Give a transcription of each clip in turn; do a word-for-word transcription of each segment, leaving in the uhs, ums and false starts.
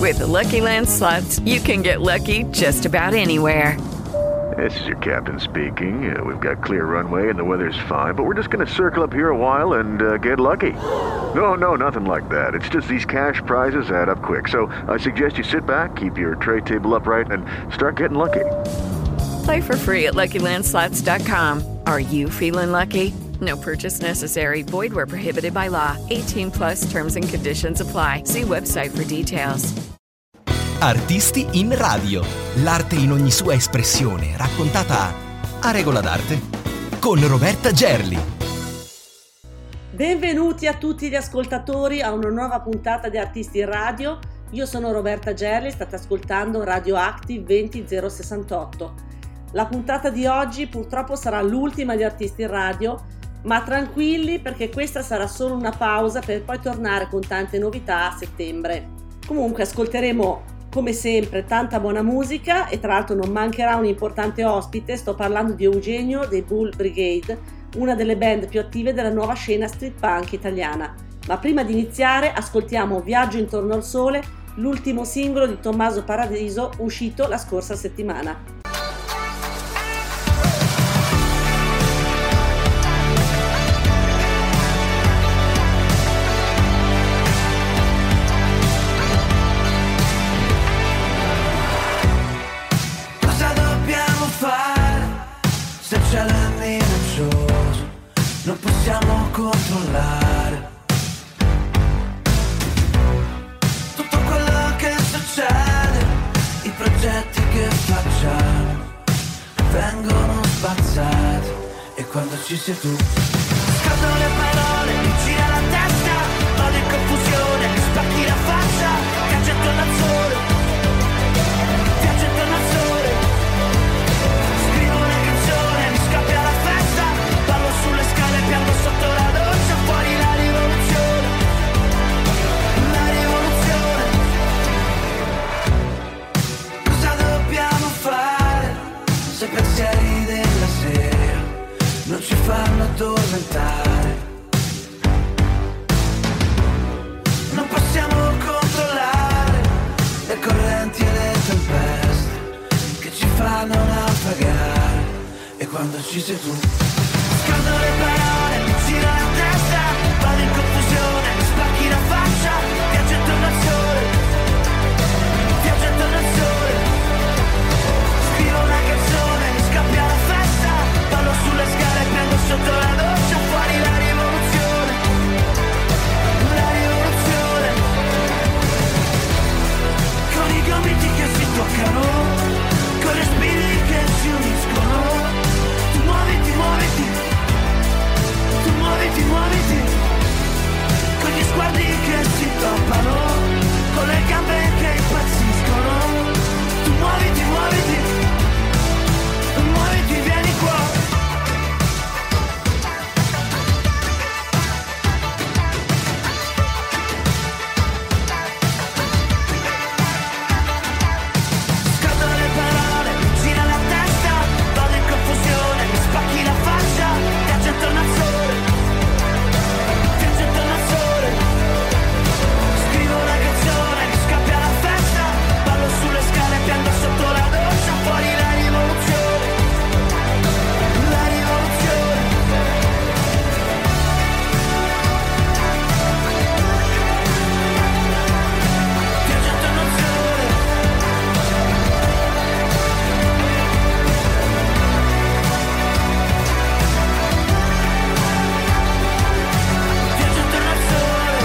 With the Lucky Land Slots, you can get lucky just about anywhere. This is your captain speaking. Uh, we've got clear runway and the weather's fine, but we're just going to circle up here a while and uh, get lucky. No, no, nothing like that. It's just these cash prizes add up quick. So I suggest you sit back, keep your tray table upright, and start getting lucky. Play for free at Lucky Land Slots dot com. Are you feeling lucky? No purchase necessary. Void where prohibited by law. eighteen plus terms and conditions apply. See website for details. Artisti in radio. L'arte in ogni sua espressione, raccontata a regola d'arte con Roberta Gerli. Benvenuti a tutti gli ascoltatori a una nuova puntata di Artisti in radio. Io sono Roberta Gerli, state ascoltando Radioactive duemila sessantotto. La puntata di oggi purtroppo sarà l'ultima di Artisti in radio, ma tranquilli perché questa sarà solo una pausa per poi tornare con tante novità a settembre. Comunque ascolteremo come sempre tanta buona musica e tra l'altro non mancherà un importante ospite. Sto parlando di Eugenio dei Bull Brigade, una delle band più attive della nuova scena street punk italiana. Ma prima di iniziare ascoltiamo Viaggio intorno al sole, l'ultimo singolo di Tommaso Paradiso uscito la scorsa settimana. Non possiamo controllare tutto quello che succede, i progetti che facciamo vengono spazzati e quando ci sei tu scattano le parole, mi gira la testa, vado in confusione, mi spacchi la faccia, viaggio intorno al sole, viaggio intorno al sole, scrivo una canzone, mi scappia la festa, ballo sulle scale, piango sotto la doccia, fuori la rivoluzione, la rivoluzione. Cosa dobbiamo fare se i pensieri della sera non ci fanno addormentare? Non possiamo controllare le correnti e le tempeste che ci fanno naufragare e quando ci sei tu scaldano le parole, mi gira la testa, vado in confusione, mi spacchi la faccia, viaggio intorno al sole, viaggio intorno al sole, scrivo una canzone, mi scappia la festa, ballo sulle scale, prendo sotto la doccia, fuori la rivoluzione, la rivoluzione, con i gomiti che si toccano, con le spine che si uniscono, tu muoviti, muoviti, tu muoviti, muoviti, con gli sguardi che si toppano, con le gambe che impazziscono, tu muoviti, muoviti, muoviti, vieni qua. Scattano le parole, mi gira la testa, vado in confusione, mi spacchi la faccia, viaggio intorno al sole, viaggio intorno al sole, scrivo una canzone, mi scappia la festa, ballo sulle scale, piango sotto la doccia, fuori la rivoluzione, la rivoluzione. Viaggio intorno al sole. Viaggio intorno al sole.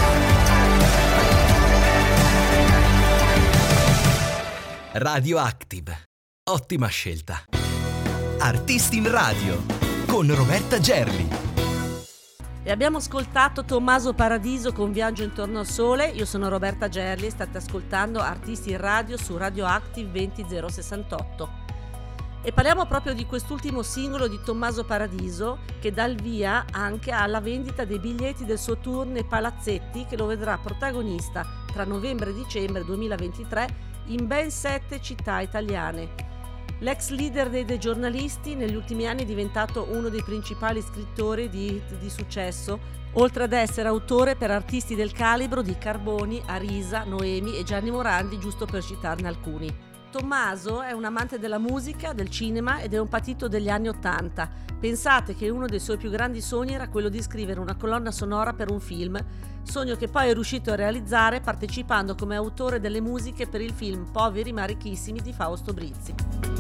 Radioactive. Ottima scelta. Artisti in radio con Roberta Gerli. E abbiamo ascoltato Tommaso Paradiso con Viaggio intorno al sole. Io sono Roberta Gerli e state ascoltando Artisti in radio su Radioactive duemila sessantotto. E parliamo proprio di quest'ultimo singolo di Tommaso Paradiso che dà il via anche alla vendita dei biglietti del suo tour nei palazzetti che lo vedrà protagonista tra novembre e dicembre duemilaventitré in ben sette città italiane. L'ex leader dei, dei giornalisti negli ultimi anni è diventato uno dei principali scrittori di hit di successo, oltre ad essere autore per artisti del calibro di Carboni, Arisa, Noemi e Gianni Morandi, giusto per citarne alcuni. Tommaso è un amante della musica, del cinema ed è un patito degli anni Ottanta. Pensate che uno dei suoi più grandi sogni era quello di scrivere una colonna sonora per un film, sogno che poi è riuscito a realizzare partecipando come autore delle musiche per il film Poveri ma ricchissimi di Fausto Brizzi.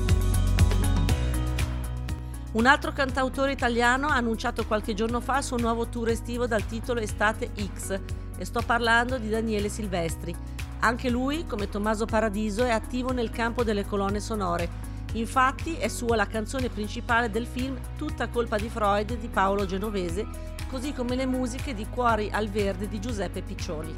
Un altro cantautore italiano ha annunciato qualche giorno fa il suo nuovo tour estivo dal titolo Estate X e sto parlando di Daniele Silvestri. Anche lui, come Tommaso Paradiso, è attivo nel campo delle colonne sonore. Infatti è sua la canzone principale del film Tutta colpa di Freud di Paolo Genovese, così come le musiche di Cuori al Verde di Giuseppe Piccioni.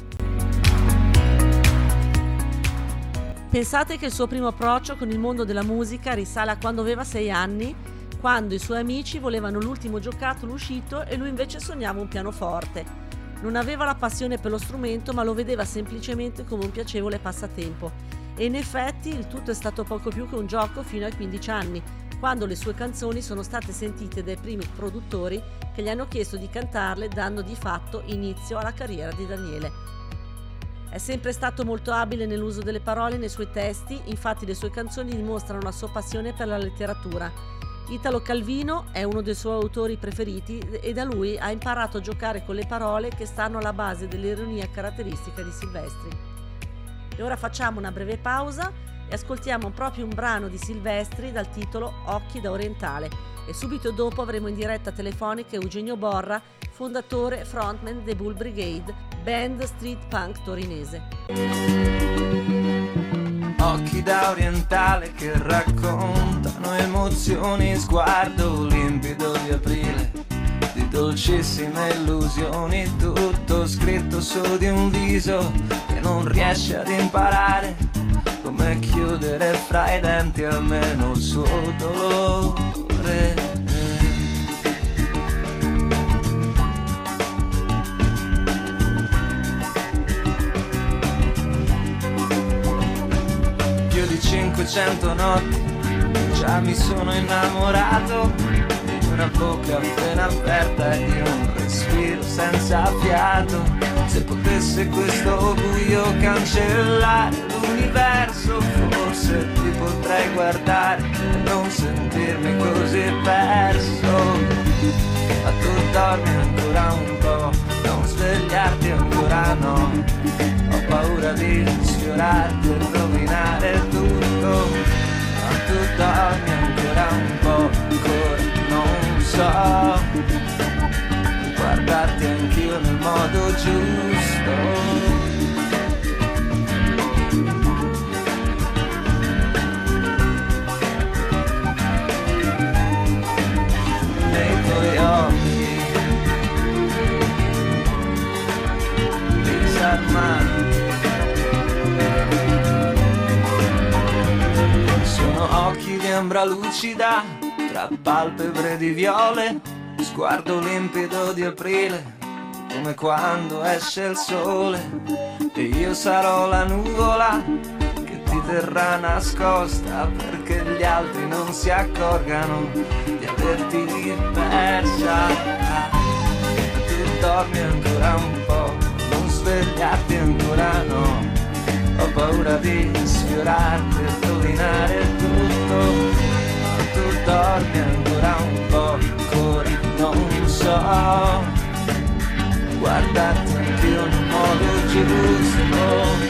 Pensate che il suo primo approccio con il mondo della musica risale a quando aveva sei anni, quando i suoi amici volevano l'ultimo giocattolo uscito e lui invece sognava un pianoforte. Non aveva la passione per lo strumento, ma lo vedeva semplicemente come un piacevole passatempo. E in effetti il tutto è stato poco più che un gioco fino ai quindici anni, quando le sue canzoni sono state sentite dai primi produttori che gli hanno chiesto di cantarle, dando di fatto inizio alla carriera di Daniele. È sempre stato molto abile nell'uso delle parole nei suoi testi, infatti le sue canzoni dimostrano la sua passione per la letteratura. Italo Calvino è uno dei suoi autori preferiti e da lui ha imparato a giocare con le parole che stanno alla base dell'ironia caratteristica di Silvestri. E ora facciamo una breve pausa e ascoltiamo proprio un brano di Silvestri dal titolo Occhi da Orientale e subito dopo avremo in diretta telefonica Eugenio Borra, fondatore e frontman dei Bull Brigade, band street punk torinese. Occhi da orientale che raccontano emozioni, sguardo limpido di aprile, di dolcissime illusioni, tutto scritto su di un viso che non riesce ad imparare come chiudere fra i denti almeno il suo dolore. cinquecento notti, già mi sono innamorato di una bocca appena aperta e di un respiro senza fiato. Se potesse questo buio cancellare l'universo, forse ti potrei guardare e non sentirmi così perso. Ma tu dormi ancora un po', non svegliarti ancora no. Ho paura di sfiorarti e rovinare tutto. Ma tu dormi ancora un po', ancora non so guardarti anch'io nel modo giusto. Nei tuoi occhi disarmanti sono occhi di ambra lucida tra palpebre di viole, sguardo limpido di aprile come quando esce il sole, e io sarò la nuvola che ti terrà nascosta perché gli altri non si accorgano di averti persa. Tu dormi ancora un po', non svegliarti ancora no. Ho paura di sfiorarti e rovinare tutto. Tu dormi ancora un po', ancora non so guardarti anch'io nel modo giusto.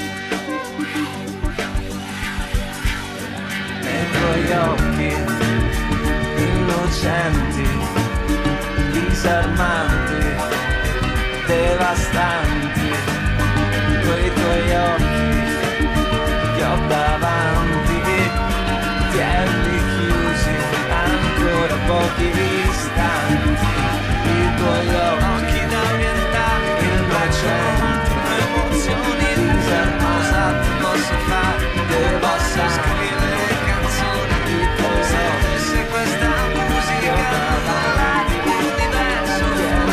Nei tuoi occhi innocenti, disarmanti, devastanti, quei tuoi occhi che ho davanti, tienili chiusi ancora pochi istanti. I tuoi occhi da orientale, innocenti, emozioni disarmate. Cosa ti posso fare? Che posso scrivere canzoni di cosa se questa musica parla di un universo.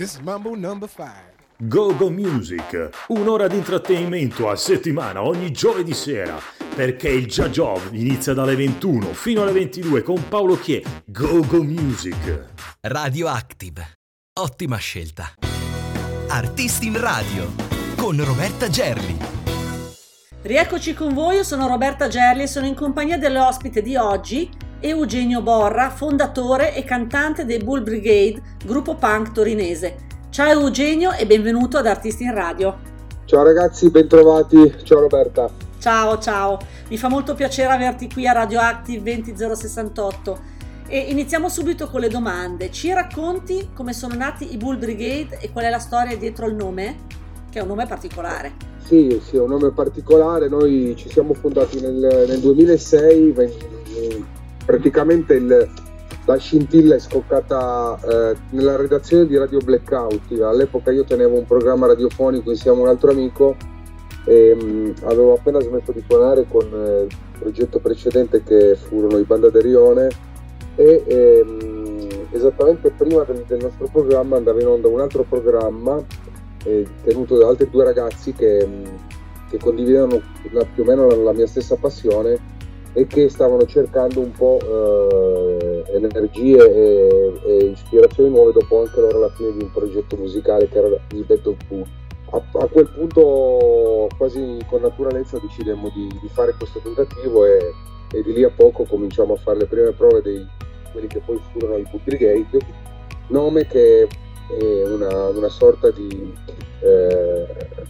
This is Mambo number five. Go Go Music, un'ora di intrattenimento a settimana ogni giovedì sera, perché il Già Job inizia dalle ventuno fino alle ventidue con Paolo Chiè. Go Go Music. Radioactive, ottima scelta. Artisti in radio con Roberta Gerli. Rieccoci con voi, io sono Roberta Gerli e sono in compagnia dell'ospite di oggi, Eugenio Borra, fondatore e cantante dei Bull Brigade, gruppo punk torinese. Ciao Eugenio e benvenuto ad Artisti in Radio. Ciao ragazzi, bentrovati. Ciao Roberta. Ciao, ciao. Mi fa molto piacere averti qui a Radioactive venti zero sessantotto. E iniziamo subito con le domande. Ci racconti come sono nati i Bull Brigade e qual è la storia dietro il nome? Che è un nome particolare. Sì, sì, è un nome particolare. Noi ci siamo fondati nel, nel duemilasei, praticamente il... La scintilla è scoccata eh, nella redazione di Radio Blackout. All'epoca io tenevo un programma radiofonico insieme a un altro amico e mh, avevo appena smesso di suonare con eh, il progetto precedente che furono i Banda de Rione e eh, mh, esattamente prima del, del nostro programma andava in onda un altro programma eh, tenuto da altri due ragazzi che, mh, che condividevano la, più o meno la, la mia stessa passione e che stavano cercando un po' eh, energie e, e ispirazioni nuove dopo anche loro la fine di un progetto musicale che era il Battle Pool. A, a quel punto quasi con naturalezza decidemmo di, di fare questo tentativo e, e di lì a poco cominciamo a fare le prime prove dei quelli che poi furono i Bull Brigade, nome che è una, una sorta di eh,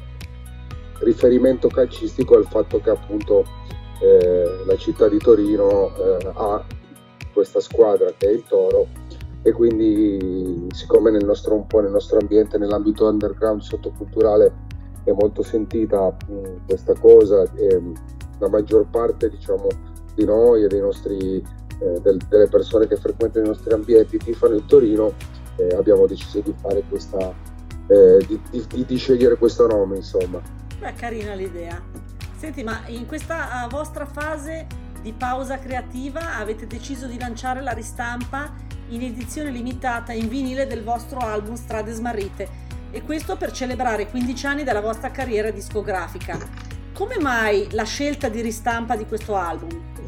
riferimento calcistico al fatto che appunto Eh, la città di Torino eh, ha questa squadra che è il Toro e quindi siccome nel nostro, un po' nel nostro ambiente, nell'ambito underground sottoculturale è molto sentita mh, questa cosa e mh, la maggior parte diciamo di noi e dei nostri, eh, del, delle persone che frequentano i nostri ambienti tifano il Torino, eh, abbiamo deciso di fare questa eh, di, di, di scegliere questo nome, insomma. Beh, carina l'idea. Senti, ma in questa vostra fase di pausa creativa avete deciso di lanciare la ristampa in edizione limitata in vinile del vostro album Strade Smarrite e questo per celebrare i quindici anni della vostra carriera discografica. Come mai la scelta di ristampa di questo album?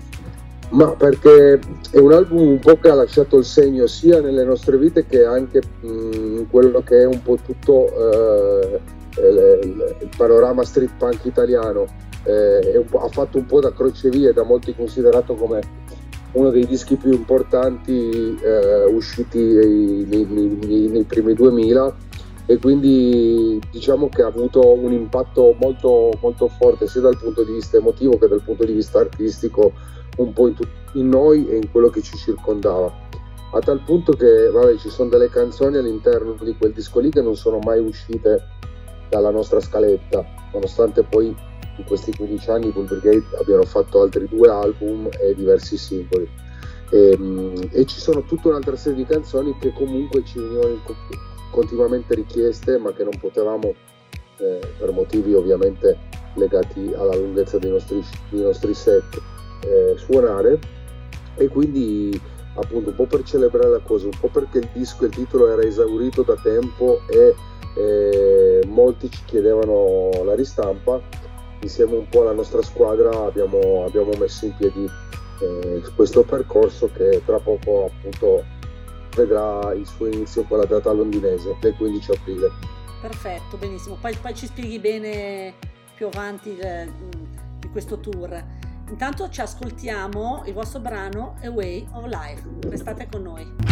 Ma perché è un album un po' che ha lasciato il segno sia nelle nostre vite che anche in quello che è un po' tutto eh, il, il panorama street punk italiano. Eh, è un po', ha fatto un po' da crocevia, da molti considerato come uno dei dischi più importanti eh, usciti nei, nei, nei, nei primi duemila e quindi diciamo che ha avuto un impatto molto, molto forte sia dal punto di vista emotivo che dal punto di vista artistico un po' in, tut- in noi e in quello che ci circondava, a tal punto che vabbè, ci sono delle canzoni all'interno di quel disco lì che non sono mai uscite dalla nostra scaletta, nonostante poi in questi quindici anni i Bull Brigade abbiano fatto altri due album e diversi singoli e, e ci sono tutta un'altra serie di canzoni che comunque ci venivano continuamente richieste ma che non potevamo eh, per motivi ovviamente legati alla lunghezza dei nostri, dei nostri set eh, suonare e quindi appunto un po' per celebrare la cosa, un po' perché il disco, il titolo era esaurito da tempo e eh, molti ci chiedevano la ristampa. Insieme un po' alla nostra squadra abbiamo, abbiamo messo in piedi eh, questo percorso che tra poco appunto vedrà il suo inizio con la data londinese del quindici aprile. Perfetto, benissimo. Poi, poi ci spieghi bene più avanti de, di questo tour. Intanto ci ascoltiamo il vostro brano A Way of Life. Restate con noi.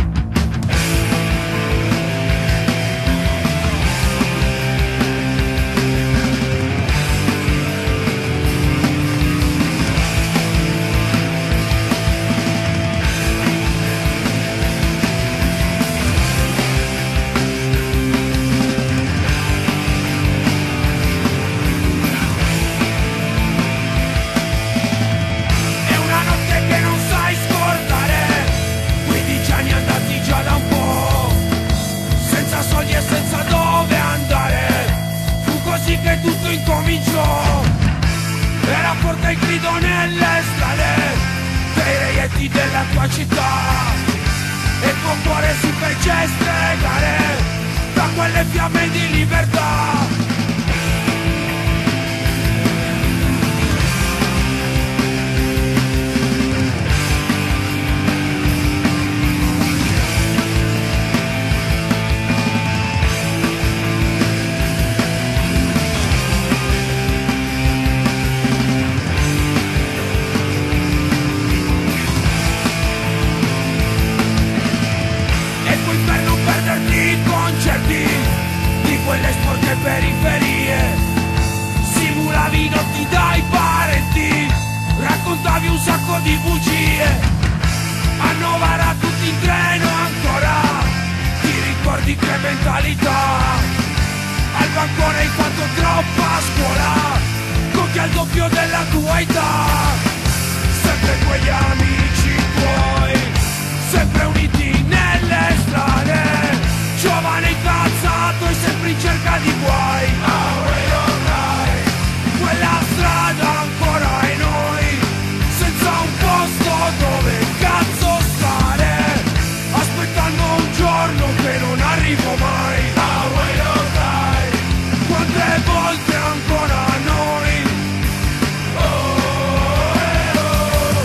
Era forte il grido nelle strade dei reietti della tua città e il tuo cuore si fece stregare da quelle fiamme di libertà. Quelle sporche periferie, simulavi notti dai parenti, raccontavi un sacco di bugie, a Novara tutti in treno ancora, ti ricordi che mentalità, al bancone hai fatto troppa scuola, con chi ha il doppio della tua età, sempre quegli amici tuoi, sempre uniti nelle strade, giovane incazzato e sempre in cerca di guai. Quella strada ancora è noi, senza un posto dove cazzo stare, aspettando un giorno che non arrivo mai. Quante volte ancora noi, oh, eh, oh.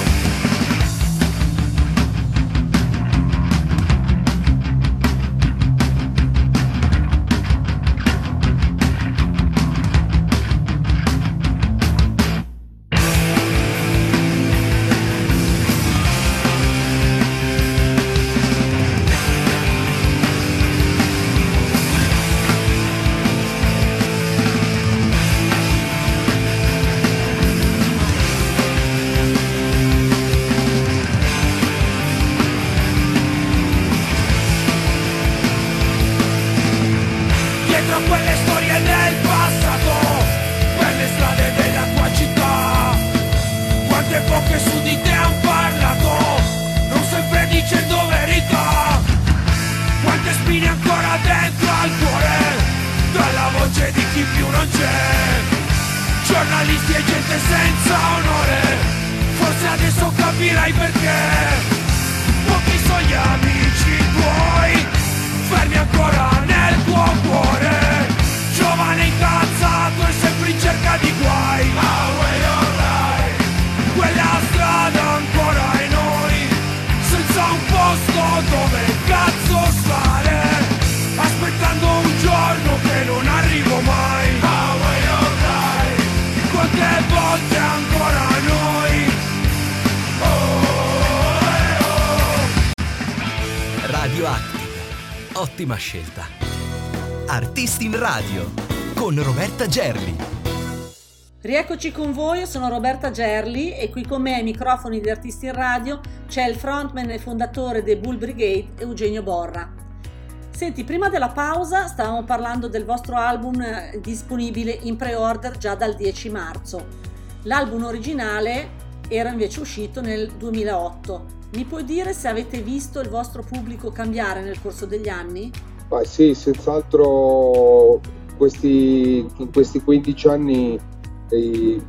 Quelle storie del passato, per le strade della tua città, quante poche su di te han parlato, non sempre dicendo verità, quante spine ancora dentro al cuore, dalla voce di chi più non c'è, giornalisti e gente senza onore, forse adesso capirai perché, pochi sono gli amici tuoi, fermi ancora nel tuo cuore, giovane incazzato e sempre in cerca di guai. Quella strada ancora è noi, senza un posto dove cazzo stare, aspettando un giorno che non arrivo mai. Quante volte ancora noi, oh, eh, oh. Radioactive, ottima scelta. Artisti in radio con Roberta Gerli. Rieccoci con voi, io sono Roberta Gerli e qui con me ai microfoni di Artisti in Radio c'è il frontman e fondatore dei Bull Brigade, Eugenio Borra. Senti, prima della pausa stavamo parlando del vostro album disponibile in pre-order già dal dieci marzo. L'album originale era invece uscito nel duemilaotto. Mi puoi dire se avete visto il vostro pubblico cambiare nel corso degli anni? Ah, sì, senz'altro questi, in questi quindici anni eh,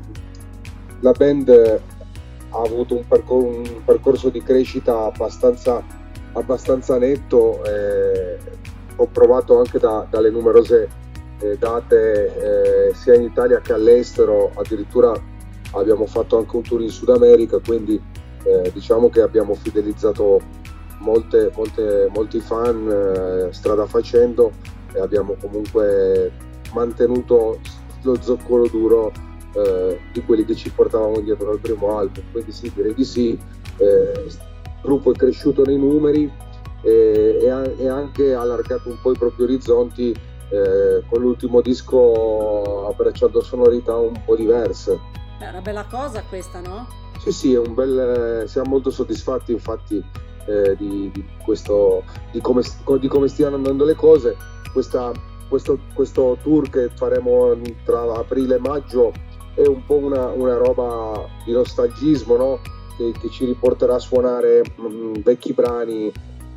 la band ha avuto un, percor- un percorso di crescita abbastanza, abbastanza netto, eh, ho provato anche da, dalle numerose eh, date eh, sia in Italia che all'estero, addirittura abbiamo fatto anche un tour in Sud America, quindi eh, diciamo che abbiamo fidelizzato molte, molte, molti fan eh, strada facendo e abbiamo comunque mantenuto lo zoccolo duro eh, di quelli che ci portavamo dietro al primo album, quindi sì, direi di sì. Eh, il gruppo è cresciuto nei numeri e, e, ha, e anche allargato un po' i propri orizzonti eh, con l'ultimo disco abbracciando sonorità un po' diverse. È una bella cosa questa, no? Sì, sì, è un bel, siamo molto soddisfatti infatti eh, di, di, questo, di, come, di come stiano andando le cose. Questa, questo, questo tour che faremo tra aprile e maggio è un po' una, una roba di nostalgismo, no? Che, che ci riporterà a suonare mh, vecchi brani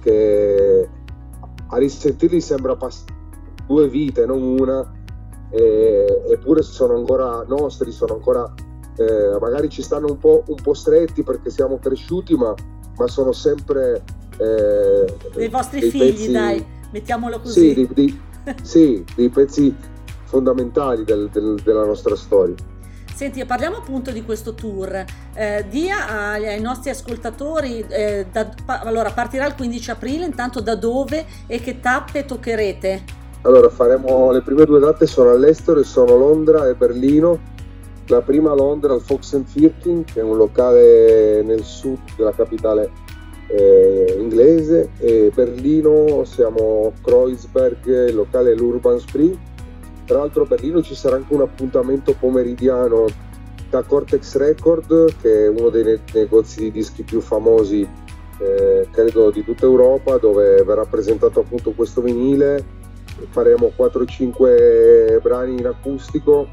che a risentirli sembra pass- due vite, non una, e, eppure sono ancora nostri, sono ancora eh, magari ci stanno un po', un po' stretti perché siamo cresciuti, ma, ma sono sempre eh, dei vostri dei figli, pezzi, dai, mettiamolo così. Sì, dei, dei, Sì, dei pezzi fondamentali del, del, della nostra storia. Senti, parliamo appunto di questo tour. Eh, dia ai, ai nostri ascoltatori, eh, da, pa, allora partirà il quindici aprile, intanto da dove e che tappe toccherete? Allora, faremo le prime due date sono all'estero e sono Londra e Berlino. La prima a Londra al Fox and Firkin, che è un locale nel sud della capitale eh, inglese, e Berlino siamo a Kreuzberg, il locale l'Urban Spree. Tra l'altro a Berlino ci sarà anche un appuntamento pomeridiano da Cortex Record, che è uno dei ne- negozi di dischi più famosi eh, credo di tutta Europa, dove verrà presentato appunto questo vinile. Faremo quattro cinque brani in acustico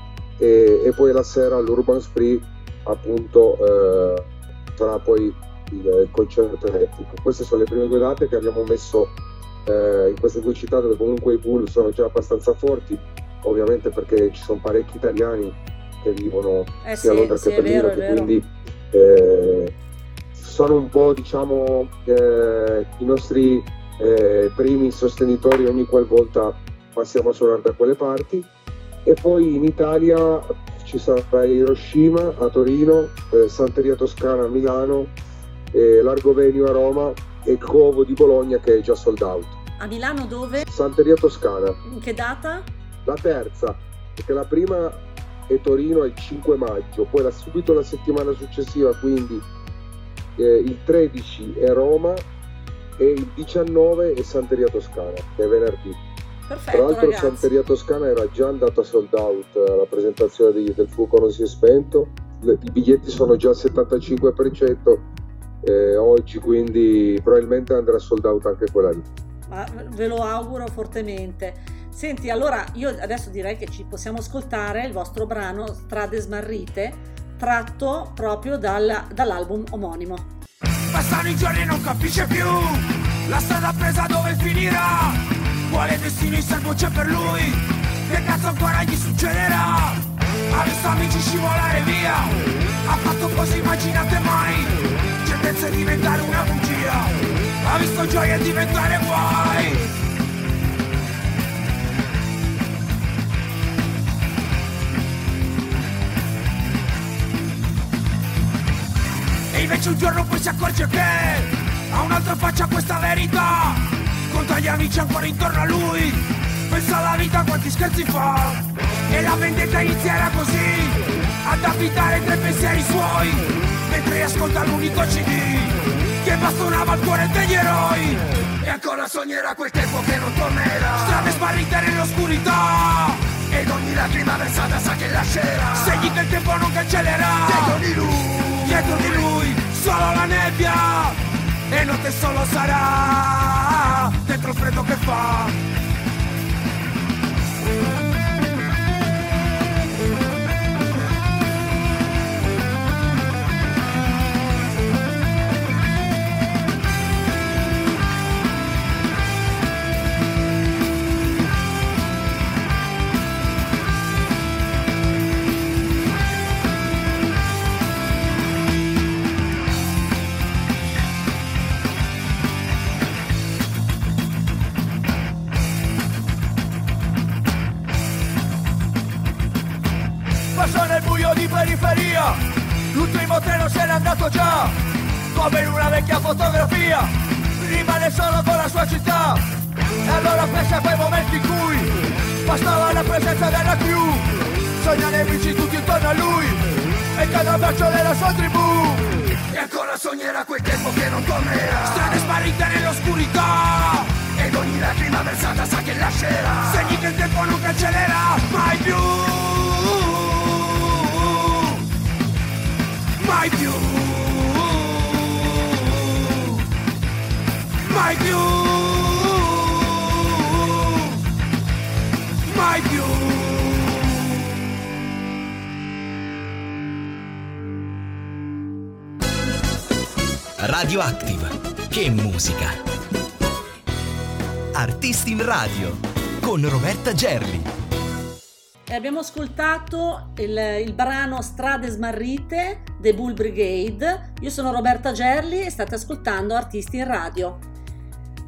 e, e poi la sera all'Urban Spree appunto eh, sarà poi il, il concerto elettrico. Queste sono le prime due date che abbiamo messo Eh, in queste due città, dove comunque i pool sono già abbastanza forti, ovviamente perché ci sono parecchi italiani che vivono eh sia a sì, Londra sì, che a Berlino, vero, che quindi eh, sono un po' diciamo eh, i nostri eh, primi sostenitori ogni qualvolta passiamo a suonare da quelle parti. E poi in Italia ci sarà Hiroshima a Torino, eh, Santeria Toscana a Milano, eh, Largo Venio a Roma e Covo di Bologna, che è già sold out. A Milano dove? Santeria Toscana. In che data? La terza, perché la prima è Torino, è il cinque maggio, poi la, subito la settimana successiva, quindi eh, il tredici è Roma e il diciannove è Santeria Toscana, che è venerdì. Perfetto, Tra l'altro ragazzi. Santeria Toscana era già andata sold out alla presentazione di, del Fuoco non si è spento, Le, i biglietti sono già al settantacinque per cento eh, oggi, quindi probabilmente andrà sold out anche quella lì. Ma ve lo auguro fortemente. Senti, allora io adesso direi che ci possiamo ascoltare il vostro brano Strade Smarrite, tratto proprio dal, dall'album omonimo. Passano i giorni e non capisce più la strada presa dove finirà, quale destino in serbo c'è per lui, che cazzo ancora gli succederà. Ha visto amici scivolare via, ha fatto cose immaginate mai, certezza di diventare una bugia, ha visto gioia diventare guai. E invece un giorno poi si accorge che ha un'altra faccia questa verità, conta gli amici ancora intorno a lui, pensa alla vita quanti scherzi fa, e la vendetta inizierà così ad abitare tra i pensieri suoi, mentre ascolta l'unico C D che bastonava il cuore degli eroi. E ancora sognerà quel tempo che non tornerà, strade smarrite nell'oscurità, ed ogni lacrima versata sa che lascerà segni che il tempo non cancellerà. Dietro di lui, dietro di lui, solo la nebbia, e notte solo sarà dentro il freddo che fa. Di periferia, l'ultimo treno se n'è andato già, come in una vecchia fotografia, rimane solo con la sua città. E allora pensa a quei momenti in cui bastava la presenza della crew, sogna nemici tutti intorno a lui, e cada braccio della sua tribù. E ancora sognerà quel tempo che non tornerà, strade smarrite nell'oscurità, ed ogni lacrima versata sa che lascerà segni che il tempo non cancellerà mai più. Mai più, mai più, mai più. Radioactive, che musica! Artisti in radio con Roberta Gerli. E abbiamo ascoltato il, il brano Strade Smarrite The Bull Brigade. Io sono Roberta Gerli e state ascoltando Artisti in Radio.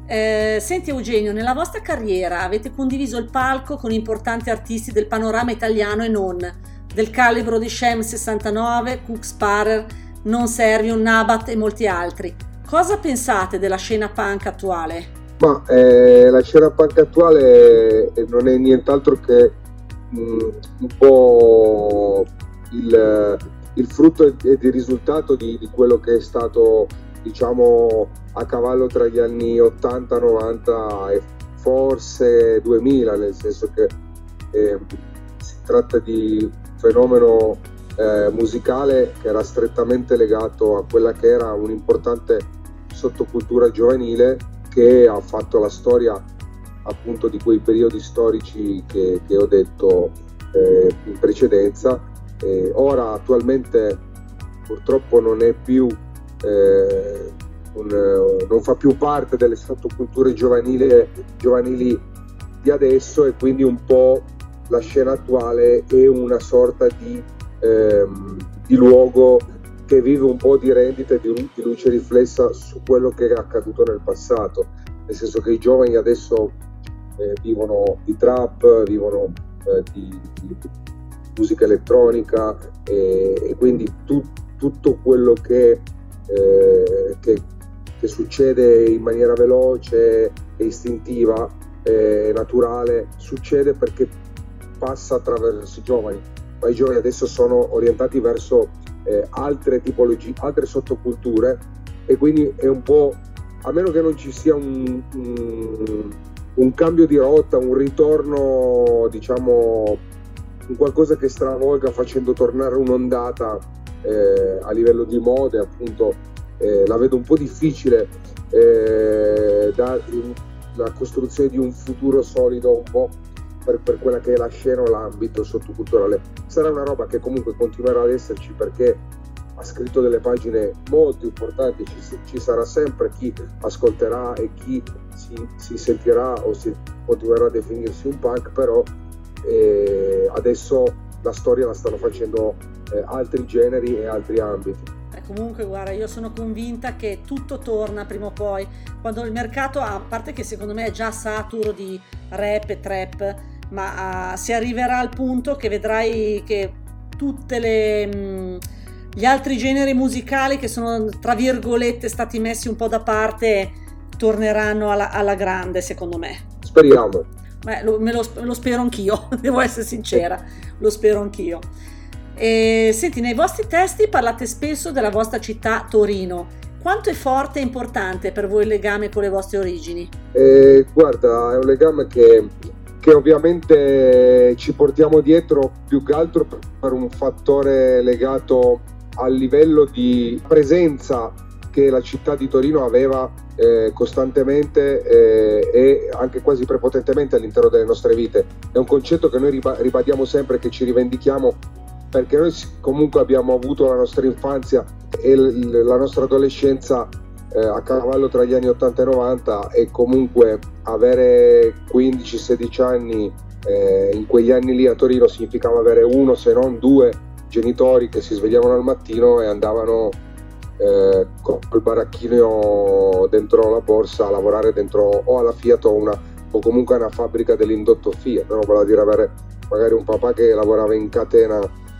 Eh, senti Eugenio, nella vostra carriera avete condiviso il palco con importanti artisti del panorama italiano e non, del calibro di Shem sessantanove, Cook Sparer, Non Servium, Nabat e molti altri. Cosa pensate della scena punk attuale? Ma eh, la scena punk attuale non è nient'altro che mh, un po' il, il frutto ed il risultato di, di quello che è stato, diciamo, a cavallo tra gli anni ottanta, novanta e forse duemila, nel senso che eh, si tratta di un fenomeno eh, musicale che era strettamente legato a quella che era un'importante sottocultura giovanile che ha fatto la storia appunto di quei periodi storici che, che ho detto eh, in precedenza. Eh, ora attualmente purtroppo non è più eh, un, non fa più parte delle sottoculture giovanili, giovanili di adesso, e quindi un po' la scena attuale è una sorta di, ehm, di luogo che vive un po' di rendita e di, di luce riflessa su quello che è accaduto nel passato, nel senso che i giovani adesso eh, vivono di trap, vivono eh, di, di musica elettronica e, e quindi tu, tutto quello che, eh, che, che succede in maniera veloce e istintiva e naturale succede perché passa attraverso i giovani, ma i giovani adesso sono orientati verso eh, altre tipologie, altre sottoculture, e quindi è un po', a meno che non ci sia un, un, un cambio di rotta, un ritorno, diciamo, un qualcosa che stravolga facendo tornare un'ondata eh, a livello di mode, appunto, eh, la vedo un po' difficile eh, da, la costruzione di un futuro solido un po' per, per quella che è la scena o l'ambito sottoculturale. Sarà una roba che comunque continuerà ad esserci perché ha scritto delle pagine molto importanti, ci, ci sarà sempre chi ascolterà e chi si, si sentirà o si continuerà a definirsi un punk, però e adesso la storia la stanno facendo eh, altri generi e altri ambiti. Eh, comunque guarda, io sono convinta che tutto torna prima o poi, quando il mercato, a parte che secondo me è già saturo di rap e trap, ma uh, si arriverà al punto che vedrai che tutte le mh, gli altri generi musicali che sono tra virgolette stati messi un po' da parte torneranno alla, alla grande, secondo me. Speriamo. Beh, lo, me lo, lo spero anch'io, devo essere sincera, lo spero anch'io. E, senti, nei vostri testi parlate spesso della vostra città Torino. Quanto è forte e importante per voi il legame con le vostre origini? Eh, guarda, è un legame che, che ovviamente ci portiamo dietro più che altro per un fattore legato al livello di presenza che la città di Torino aveva eh, costantemente eh, e anche quasi prepotentemente all'interno delle nostre vite. È un concetto che noi riba- ribadiamo sempre, che ci rivendichiamo, perché noi comunque abbiamo avuto la nostra infanzia e l- la nostra adolescenza eh, a cavallo tra gli anni ottanta e novanta, e comunque avere quindici sedici anni eh, in quegli anni lì a Torino significava avere uno, se non due genitori che si svegliavano al mattino e andavano Eh, col baracchino dentro la borsa a lavorare dentro o alla Fiat o, una, o comunque una fabbrica dell'indotto Fiat, no? Vuol dire avere magari un papà che lavorava in catena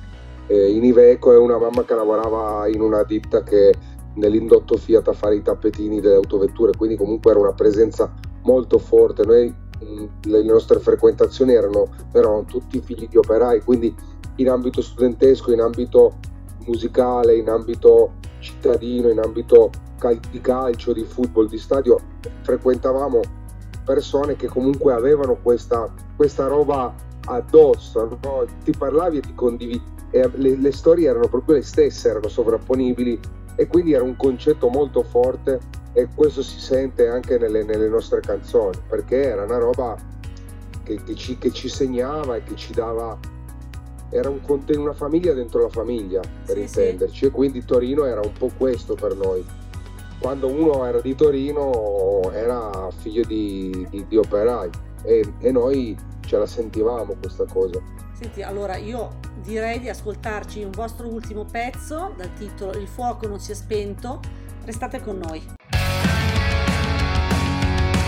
eh, in Iveco e una mamma che lavorava in una ditta che nell'indotto Fiat a fare i tappetini delle autovetture, quindi comunque era una presenza molto forte. Noi mh, le nostre frequentazioni erano, erano tutti figli di operai, quindi in ambito studentesco, in ambito musicale, in ambito cittadino, in ambito cal- di calcio, di football, di stadio, frequentavamo persone che comunque avevano questa, questa roba addosso, no? Ti parlavi e ti condividi, e le, le storie erano proprio le stesse, erano sovrapponibili, e quindi era un concetto molto forte, e questo si sente anche nelle, nelle nostre canzoni, perché era una roba che, che, ci, che ci segnava e che ci dava. Era un conten- una famiglia dentro la famiglia, per sì, intenderci, sì. E quindi Torino era un po' questo per noi. Quando uno era di Torino era figlio di, di, di operai e, e noi ce la sentivamo questa cosa. Senti, allora io direi di ascoltarci un vostro ultimo pezzo dal titolo Il fuoco non si è spento. Restate con noi.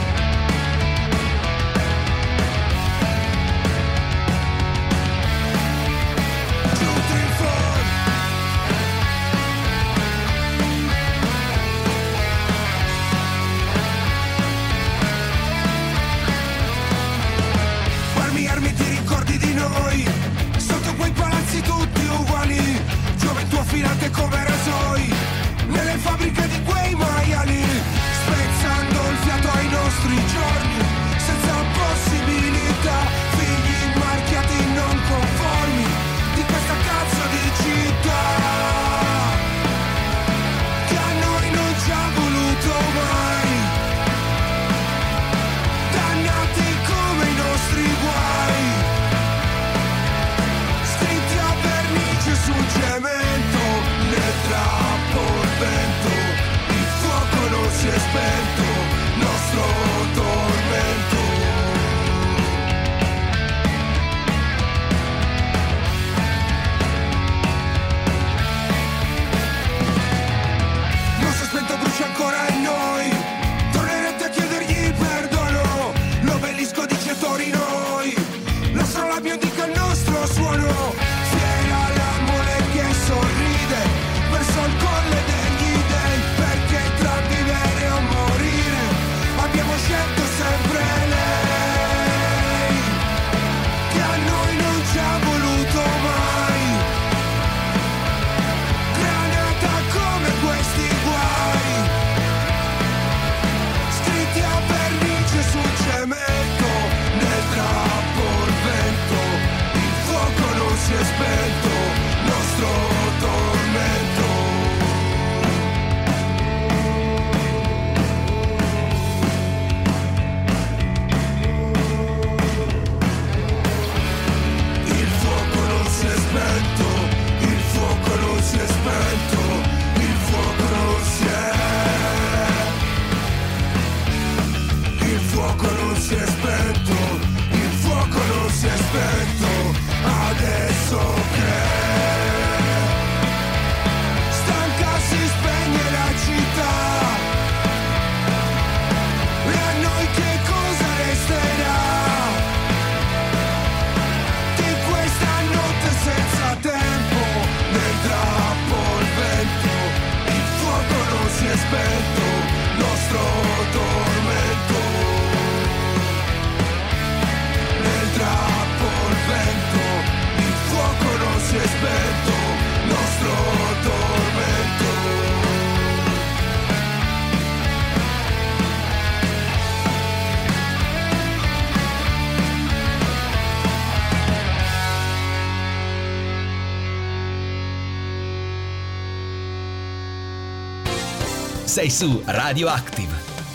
sei su Radioactive.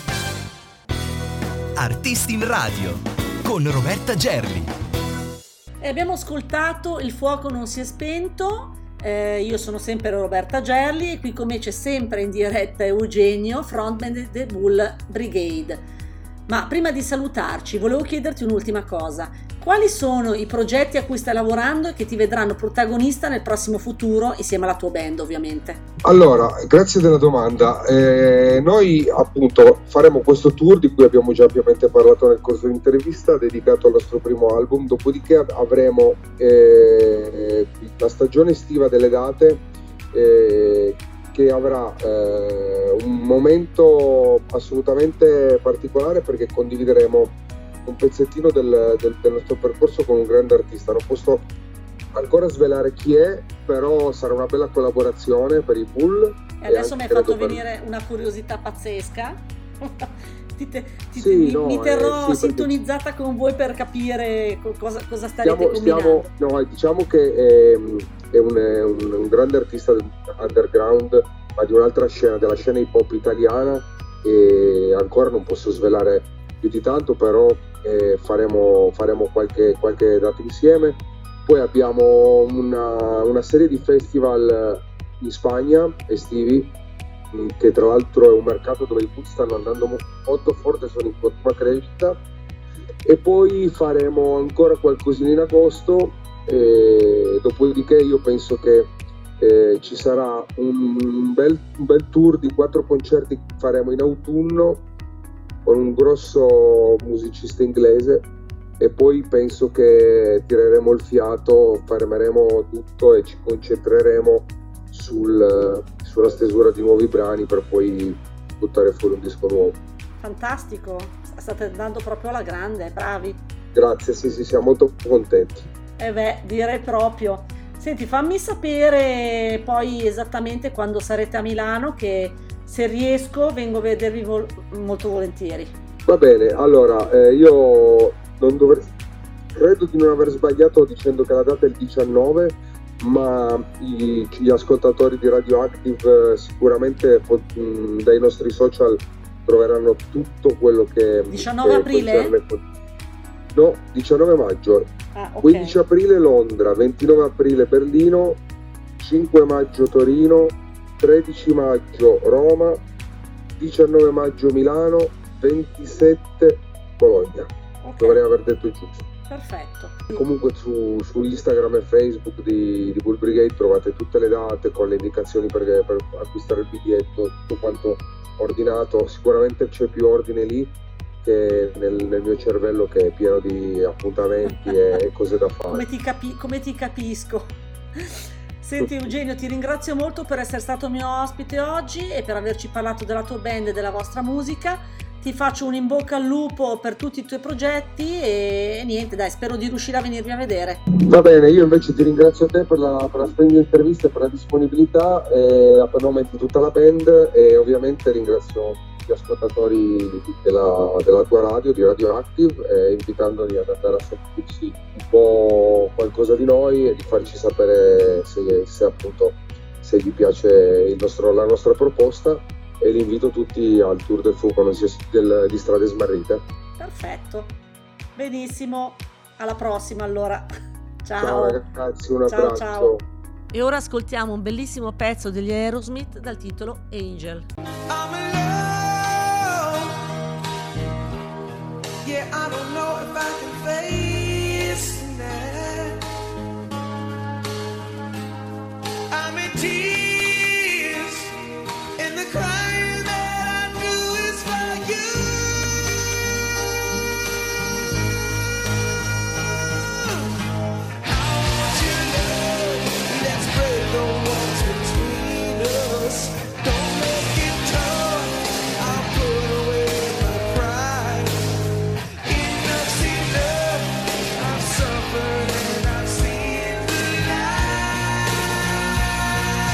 Artisti in radio con Roberta Gerli. E abbiamo ascoltato Il fuoco non si è spento. Eh, io sono sempre Roberta Gerli e qui con me c'è sempre in diretta Eugenio, frontman di The Bull Brigade. Ma prima di salutarci volevo chiederti un'ultima cosa. Quali sono i progetti a cui stai lavorando e che ti vedranno protagonista nel prossimo futuro insieme alla tua band, ovviamente? Allora, grazie della domanda. Eh, noi appunto faremo questo tour di cui abbiamo già ampiamente parlato nel corso dell'intervista, dedicato al nostro primo album, dopodiché avremo eh, la stagione estiva delle date eh, che avrà eh, un momento assolutamente particolare perché condivideremo un pezzettino del, del, del nostro percorso con un grande artista. Non posso ancora svelare chi è, però sarà una bella collaborazione per i Bull. E adesso mi hai fatto venire per... una curiosità pazzesca. ti, te, ti, sì, mi, no, mi terrò eh, sì, sintonizzata perché... con voi per capire cosa, cosa starete stiamo, combinando. Stiamo, no, diciamo che è, è, un, è un, un grande artista underground, ma di un'altra scena, della scena hip hop italiana, e ancora non posso svelare più di tanto, però eh, faremo, faremo qualche, qualche dato insieme. Poi abbiamo una, una serie di festival in Spagna estivi, che tra l'altro è un mercato dove i Bull stanno andando molto forte, sono in continua crescita. E poi faremo ancora qualcosina in agosto, e dopodiché io penso che eh, ci sarà un bel, un bel tour di quattro concerti che faremo in autunno con un grosso musicista inglese, e poi penso che tireremo il fiato, fermeremo tutto e ci concentreremo sul, sulla stesura di nuovi brani per poi buttare fuori un disco nuovo. Fantastico, state andando proprio alla grande, bravi. Grazie, sì sì, siamo molto contenti. Eh beh, direi proprio. Senti, fammi sapere poi esattamente quando sarete a Milano, che se riesco vengo a vedervi vol- molto volentieri. Va bene, allora eh, io non dovrei, credo di non aver sbagliato dicendo che la data è il diciannove, ma i, gli ascoltatori di Radioactive eh, sicuramente mh, dai nostri social troveranno tutto quello che diciannove che aprile? concerne... No, diciannove maggio. Ah, okay. quindici aprile Londra, ventinove aprile Berlino, cinque maggio Torino, tredici maggio Roma, diciannove maggio Milano, ventisette Bologna. Okay. Dovrei aver detto giusto. Perfetto. Comunque su, su Instagram e Facebook di, di Bull Brigade trovate tutte le date con le indicazioni per, per acquistare il biglietto, tutto quanto ordinato. Sicuramente c'è più ordine lì che nel, nel mio cervello, che è pieno di appuntamenti e cose da fare. Come ti, capi- come ti capisco. Senti Eugenio, ti ringrazio molto per essere stato mio ospite oggi e per averci parlato della tua band e della vostra musica. Ti faccio un in bocca al lupo per tutti i tuoi progetti e niente, dai, spero di riuscire a venirvi a vedere. Va bene, io invece ti ringrazio a te per la, per la splendida intervista e per la disponibilità, e per nome di tutta la band, e ovviamente ringrazio gli ascoltatori della, della tua radio, di Radioactive, eh, invitandoli ad andare a sentirsi un po' qualcosa di noi e di farci sapere se, se appunto se gli piace il nostro, la nostra proposta, e li invito tutti al Tour del Fuoco non si del, di Strade Smarrite. Perfetto, benissimo, alla prossima allora. Ciao, ciao ragazzi, un ciao, abbraccio. Ciao. E ora ascoltiamo un bellissimo pezzo degli Aerosmith dal titolo Angel. I'm in love. Yeah, I don't know if I can face that. I'm in tears, and the crying that I do is for you. How much you love? Let's break the walls between us. Don't make it tough. I'll put away my pride. Enough's enough. I've suffered and I've seen the light.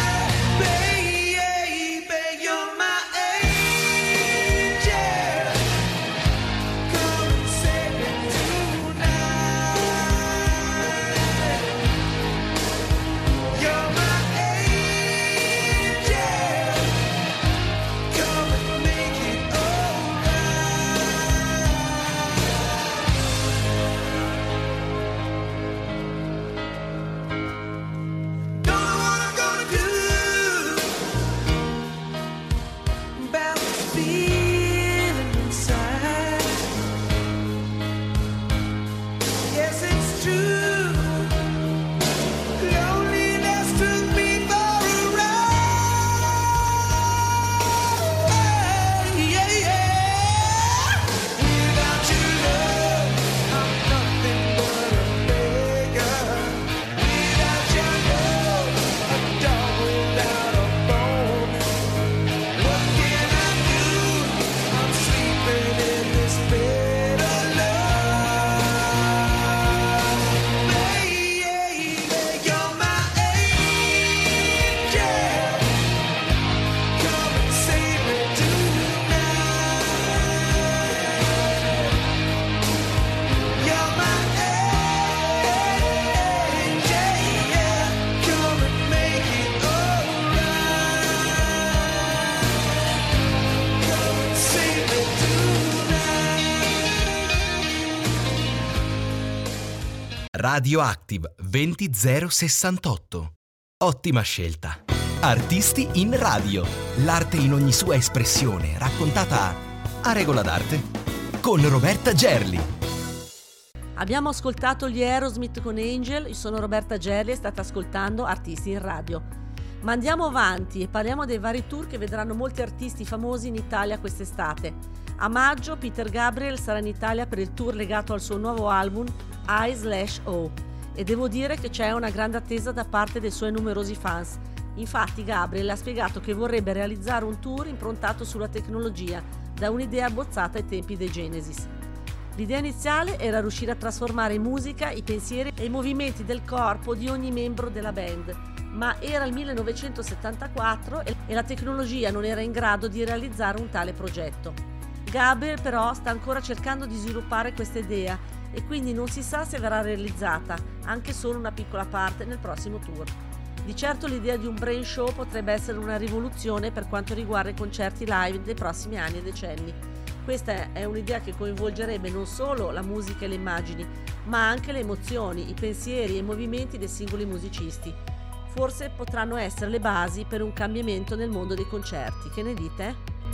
Radioactive venti zero sessantotto. Ottima scelta. Artisti in radio. L'arte in ogni sua espressione, raccontata a regola d'arte con Roberta Gerli. Abbiamo ascoltato gli Aerosmith con Angel, io sono Roberta Gerli e state ascoltando Artisti in Radio. Ma andiamo avanti e parliamo dei vari tour che vedranno molti artisti famosi in Italia quest'estate. A maggio Peter Gabriel sarà in Italia per il tour legato al suo nuovo album I slash O e devo dire che c'è una grande attesa da parte dei suoi numerosi fans. Infatti Gabriel ha spiegato che vorrebbe realizzare un tour improntato sulla tecnologia, da un'idea abbozzata ai tempi dei Genesis. L'idea iniziale era riuscire a trasformare in musica i pensieri e i movimenti del corpo di ogni membro della band, ma era il millenovecentosettantaquattro e la tecnologia non era in grado di realizzare un tale progetto. Gabriel però sta ancora cercando di sviluppare questa idea e quindi non si sa se verrà realizzata, anche solo una piccola parte, nel prossimo tour. Di certo l'idea di un brain show potrebbe essere una rivoluzione per quanto riguarda i concerti live dei prossimi anni e decenni. Questa è un'idea che coinvolgerebbe non solo la musica e le immagini, ma anche le emozioni, i pensieri e i movimenti dei singoli musicisti. Forse potranno essere le basi per un cambiamento nel mondo dei concerti. Che ne dite?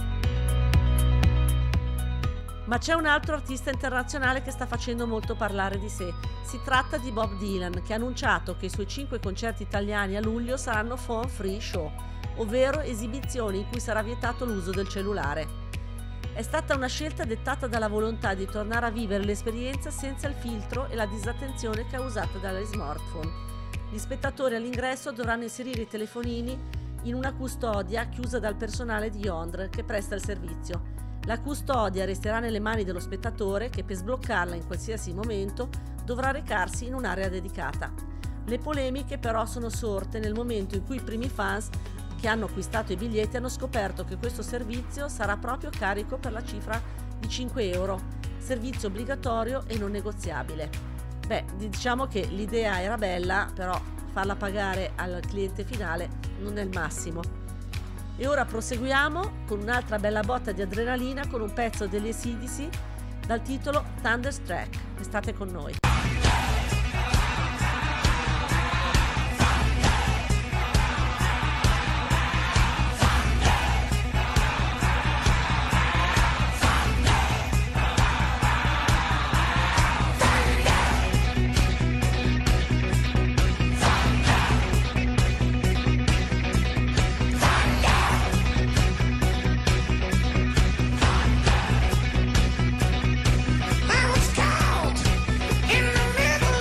Ma c'è un altro artista internazionale che sta facendo molto parlare di sé. Si tratta di Bob Dylan, che ha annunciato che i suoi cinque concerti italiani a luglio saranno phone free show, ovvero esibizioni in cui sarà vietato l'uso del cellulare. È stata una scelta dettata dalla volontà di tornare a vivere l'esperienza senza il filtro e la disattenzione causata dagli smartphone. Gli spettatori all'ingresso dovranno inserire i telefonini in una custodia chiusa dal personale di Yondr che presta il servizio. La custodia resterà nelle mani dello spettatore che per sbloccarla in qualsiasi momento dovrà recarsi in un'area dedicata. Le polemiche però sono sorte nel momento in cui i primi fans che hanno acquistato i biglietti hanno scoperto che questo servizio sarà proprio carico per la cifra di cinque euro, servizio obbligatorio e non negoziabile. Beh, diciamo che l'idea era bella, però farla pagare al cliente finale non è il massimo. E ora proseguiamo con un'altra bella botta di adrenalina con un pezzo degli A C D C dal titolo Thunderstruck. Restate con noi. I was caught in the middle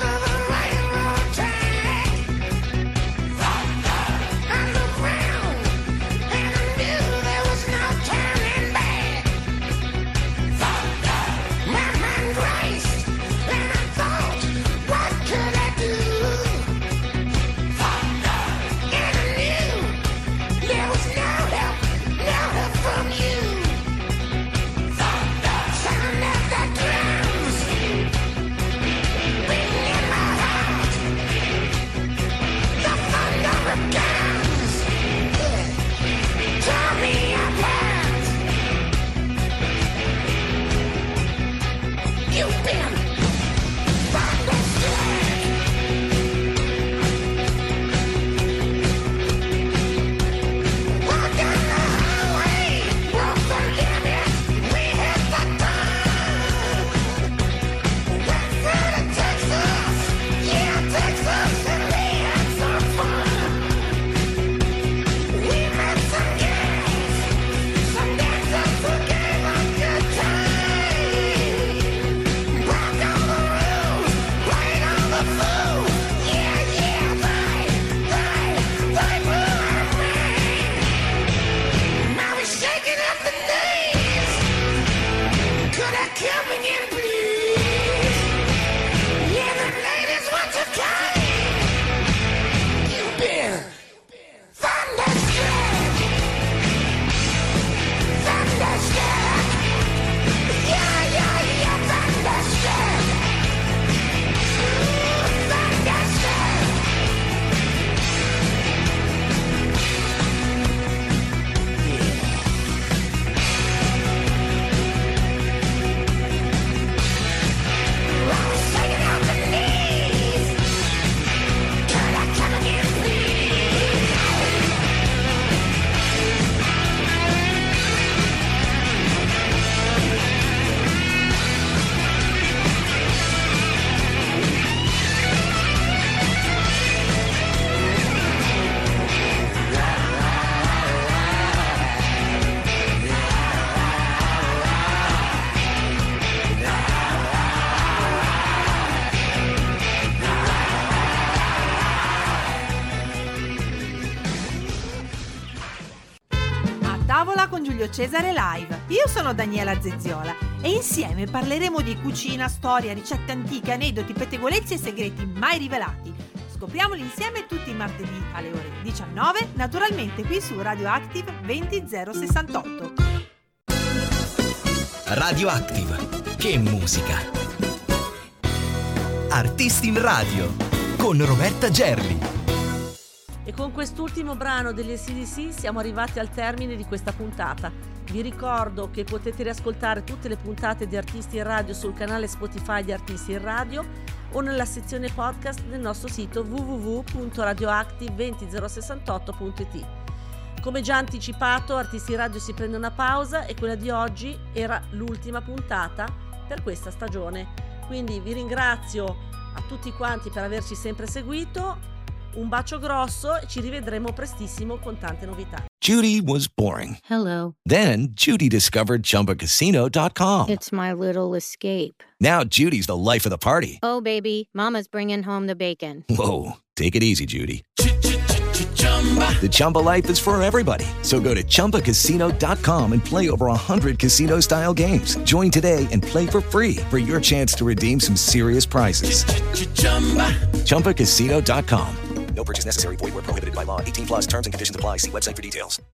tavola con Giulio Cesare Live. Io sono Daniela Zezziola e insieme parleremo di cucina, storia, ricette antiche, aneddoti, pettegolezzi e segreti mai rivelati. Scopriamoli insieme tutti i martedì alle ore diciannove, naturalmente qui su Radioactive duemila sessantotto. Radioactive, che musica! Artisti in radio con Roberta Gerli. E con quest'ultimo brano degli A C D C siamo arrivati al termine di questa puntata. Vi ricordo che potete riascoltare tutte le puntate di Artisti in Radio sul canale Spotify di Artisti in Radio o nella sezione podcast del nostro sito w w w punto radioactive duemila sessantotto punto it. Come già anticipato, Artisti in Radio si prende una pausa e quella di oggi era l'ultima puntata per questa stagione. Quindi vi ringrazio a tutti quanti per averci sempre seguito. Un bacio grosso e ci rivedremo prestissimo con tante novità. Judy was boring. Hello. Then Judy discovered Chumba Casino dot com. It's my little escape. Now Judy's the life of the party. Oh, baby, mama's bringing home the bacon. Whoa, take it easy, Judy. The Chumba life is for everybody. So go to Chumba Casino dot com and play over one hundred casino-style games. Join today and play for free for your chance to redeem some serious prizes. Chumba Casino dot com. No purchase necessary. Void where prohibited by law. eighteen plus terms and conditions apply. See website for details.